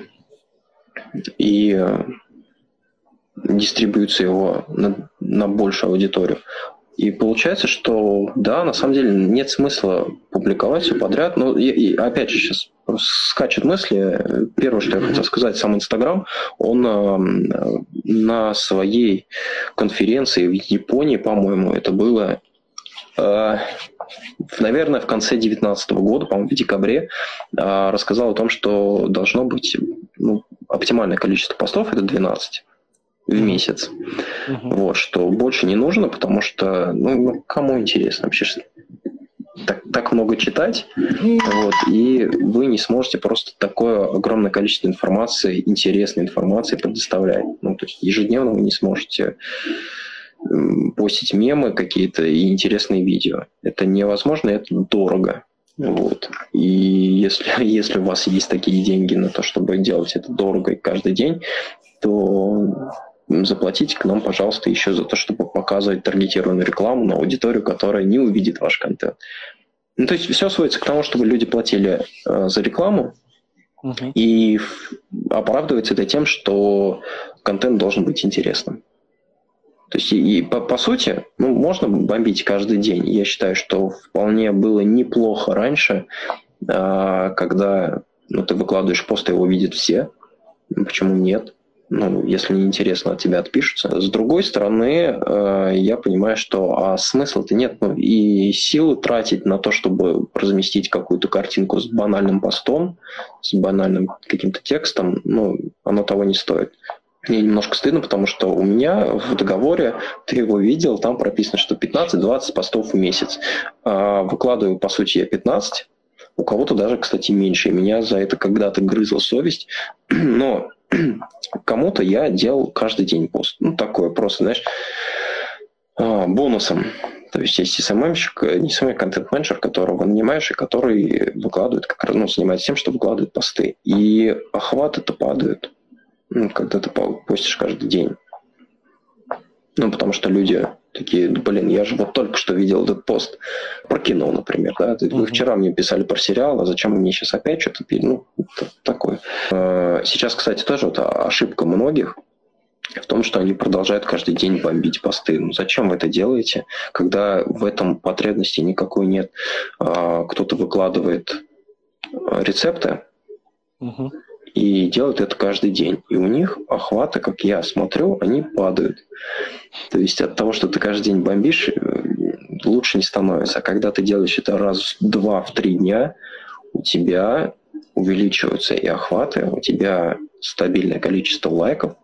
и дистрибьюция его на большую аудиторию. И получается, что да, на самом деле нет смысла публиковать все подряд. И опять же, сейчас скачут мысли. Первое, что я хотел сказать, сам Инстаграм, он на своей конференции в Японии, по-моему, это было, наверное, в конце 2019 года, по-моему, в декабре, рассказал о том, что должно быть оптимальное количество постов, это 12 в месяц. Вот, что больше не нужно, потому что, кому интересно вообще так много читать, вот, и вы не сможете просто такое огромное количество информации, интересной информации предоставлять. То есть ежедневно вы не сможете постить мемы какие-то и интересные видео. Это невозможно, это дорого. Вот. И если у вас есть такие деньги на то, чтобы делать это дорого и каждый день, то заплатите к нам, пожалуйста, еще за то, чтобы показывать таргетированную рекламу на аудиторию, которая не увидит ваш контент. Ну, то есть все сводится к тому, чтобы люди платили за рекламу, и оправдывается это тем, что контент должен быть интересным. То есть, и по сути, можно бомбить каждый день. Я считаю, что вполне было неплохо раньше, когда ты выкладываешь пост, его видят все. Почему нет? Если не интересно, от тебя отпишутся. С другой стороны, я понимаю, что смысла-то нет. И силы тратить на то, чтобы разместить какую-то картинку с банальным постом, с банальным каким-то текстом, оно того не стоит. Мне немножко стыдно, потому что у меня в договоре, ты его видел, там прописано, что 15-20 постов в месяц. Выкладываю, по сути, я 15, у кого-то даже, кстати, меньше. И меня за это когда-то грызла совесть. Но кому-то я делал каждый день пост. Такое просто, знаешь, бонусом. То есть есть СММщик, не СММ, контент-менеджер, которого нанимаешь, и который выкладывает, занимается тем, что выкладывает посты. И охваты-то падают, когда ты постишь каждый день. Потому что люди такие, я же вот только что видел этот пост про кино, например. Да? Вы вчера мне писали про сериал, а зачем мне сейчас опять что-то пили? Такое. Сейчас, кстати, тоже ошибка многих в том, что они продолжают каждый день бомбить посты. Зачем вы это делаете, когда в этом потребности никакой нет? Кто-то выкладывает рецепты, и делают это каждый день. И у них охваты, как я смотрю, они падают. То есть от того, что ты каждый день бомбишь, лучше не становится. А когда ты делаешь это раз в 2-3 дня, у тебя увеличиваются и охваты, у тебя стабильное количество лайков.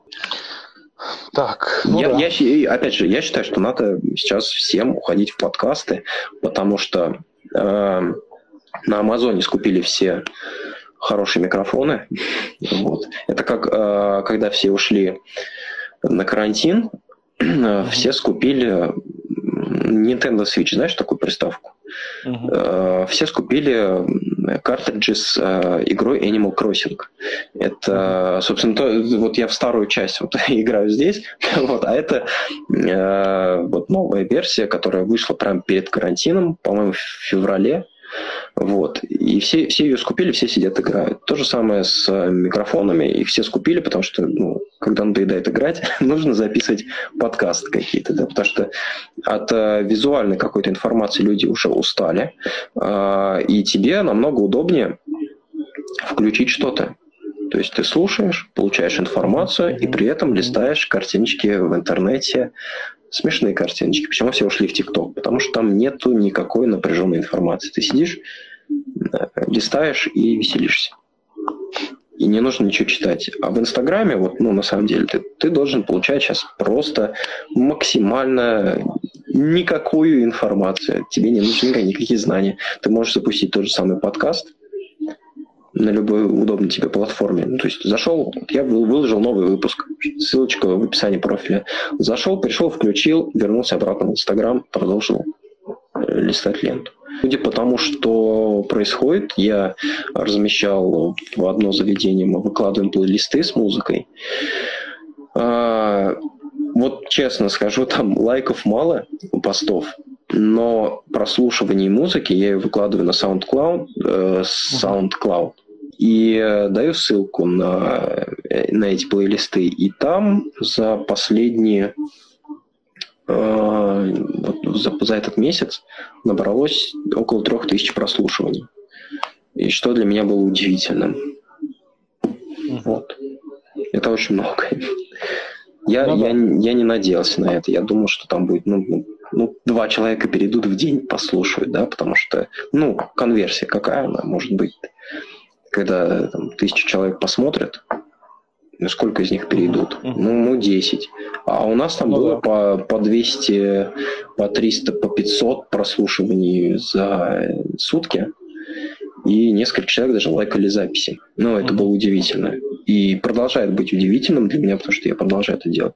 Так, опять же, я считаю, что надо сейчас всем уходить в подкасты, потому что на Амазоне скупили все хорошие микрофоны. Это как когда все ушли на карантин, все скупили Nintendo Switch, знаешь такую приставку? Все скупили картриджи с игрой Animal Crossing. Это, собственно, я в старую часть играю здесь, а это новая версия, которая вышла прямо перед карантином, по-моему, в феврале. И все ее скупили, все сидят играют. То же самое с микрофонами, их все скупили, потому что, когда надоедает играть, нужно записывать подкасты какие-то, да, потому что от визуальной какой-то информации люди уже устали, и тебе намного удобнее включить что-то. То есть ты слушаешь, получаешь информацию, и при этом листаешь картиночки в интернете, смешные картиночки. Почему все ушли в ТикТок? Потому что там нету никакой напряженной информации. Ты сидишь, листаешь и веселишься. И не нужно ничего читать. А в Инстаграме, на самом деле, ты должен получать сейчас просто максимально никакую информацию. Тебе не нужны никакие знания. Ты можешь запустить тот же самый подкаст на любой удобной тебе платформе. То есть зашел, я выложил новый выпуск, ссылочка в описании профиля. Зашел, пришел, включил, вернулся обратно в Инстаграм, продолжил листать ленту. Судя по тому, что происходит, я размещал в одно заведение, мы выкладываем плейлисты с музыкой. Честно скажу, там лайков мало у постов, но прослушивание музыки я ее выкладываю на SoundCloud. И даю ссылку на эти плейлисты. И там за последние... за этот месяц набралось около 3000 прослушиваний. И что для меня было удивительным. Это очень много. Я не надеялся на это. Я думал, что там будет... 2 человека перейдут в день, послушают, да, потому что, конверсия какая она может быть, когда 1000 человек посмотрят, сколько из них перейдут? 10. А у нас там было по 200, по 300, по 500 прослушиваний за сутки, и несколько человек даже лайкали записи. Это было удивительно. И продолжает быть удивительным для меня, потому что я продолжаю это делать.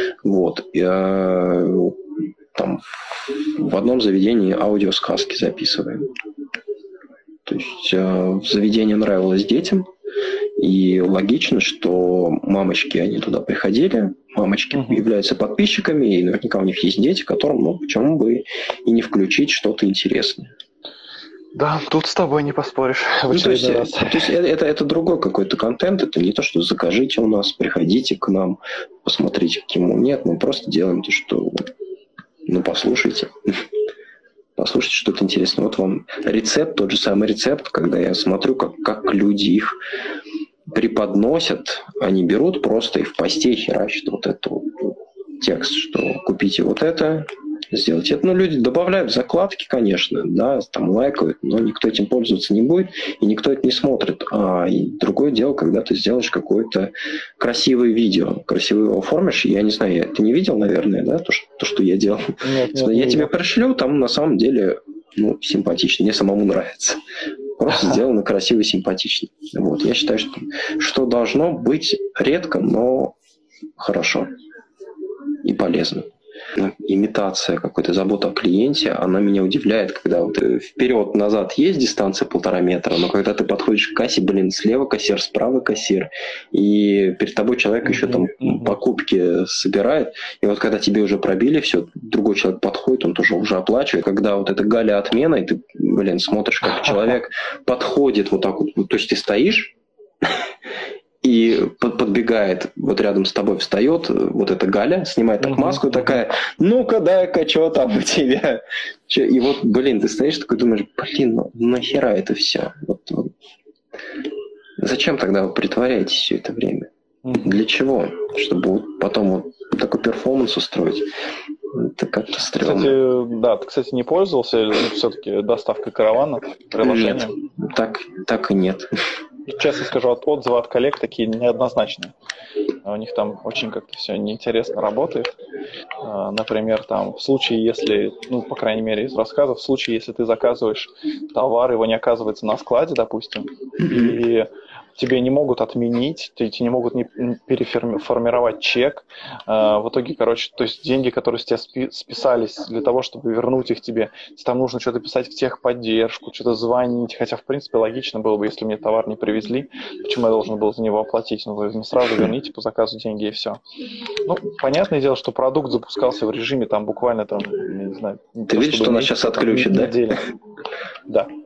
Там в одном заведении аудиосказки записываем. То есть заведение нравилось детям, и логично, что мамочки, они туда приходили, мамочки являются подписчиками, и наверняка у них есть дети, которым, ну, почему бы и не включить что-то интересное. Да, тут с тобой не поспоришь. Ну, то есть это другой какой-то контент, это не то, что закажите у нас, приходите к нам, посмотрите, каким он. Нет, мы просто делаем то, что... Ну, послушайте. Послушайте что-то интересное. Вот вам рецепт, тот же самый рецепт, когда я смотрю, как люди их преподносят, они берут просто и в посте херачат вот этот вот текст, что купите вот это, сделайте это. Ну, люди добавляют закладки, конечно, да, там лайкают, но никто этим пользоваться не будет, и никто это не смотрит. И другое дело, когда ты сделаешь какое-то красивое видео, красиво его оформишь, я не знаю, ты не видел, наверное, да, то, что я делал? Нет, я тебе пришлю, там на самом деле, ну, симпатично, мне самому нравится. Просто сделано красиво и симпатично. Вот. Я считаю, что должно быть редко, но хорошо и полезно. Имитация какой-то заботы о клиенте, она меня удивляет, когда вот вперед-назад есть дистанция 1,5 метра, но когда ты подходишь к кассе, слева кассир, справа кассир, и перед тобой человек еще там покупки собирает, и вот когда тебе уже пробили все, другой человек подходит, он тоже уже оплачивает, когда вот эта галя отмена, и ты, смотришь, как человек подходит вот так вот, то есть ты стоишь, и подбегает, вот рядом с тобой встает вот эта Галя, снимает так маску, такая, ну-ка, дай-ка, что там у тебя? И вот, ты стоишь такой, думаешь, ну нахера это все? Вот. Зачем тогда вы притворяетесь все это время? Для чего? Чтобы вот потом вот такой перформанс устроить? Это как-то стрёмно. Кстати, да, ты, кстати, не пользовался все-таки доставкой каравана, приложением? Нет, так и нет. Честно скажу, отзывы от коллег такие неоднозначные. У них там очень как-то все неинтересно работает. Например, там в случае, если, ну, по крайней мере, из рассказов, в случае, если ты заказываешь товар, его не оказывается на складе, допустим, и тебе не могут отменить, тебе не могут переформировать чек. В итоге, короче, то есть деньги, которые с тебя списались для того, чтобы вернуть их тебе, там нужно что-то писать в техподдержку, что-то звонить. Хотя, в принципе, логично было бы, если мне товар не привезли, почему я должен был за него оплатить? Ну, вы мне сразу верните по заказу деньги и все. Ну, понятное дело, что продукт запускался в режиме там буквально там, не знаю... Ты видишь, что нас сейчас отключат, да? Да.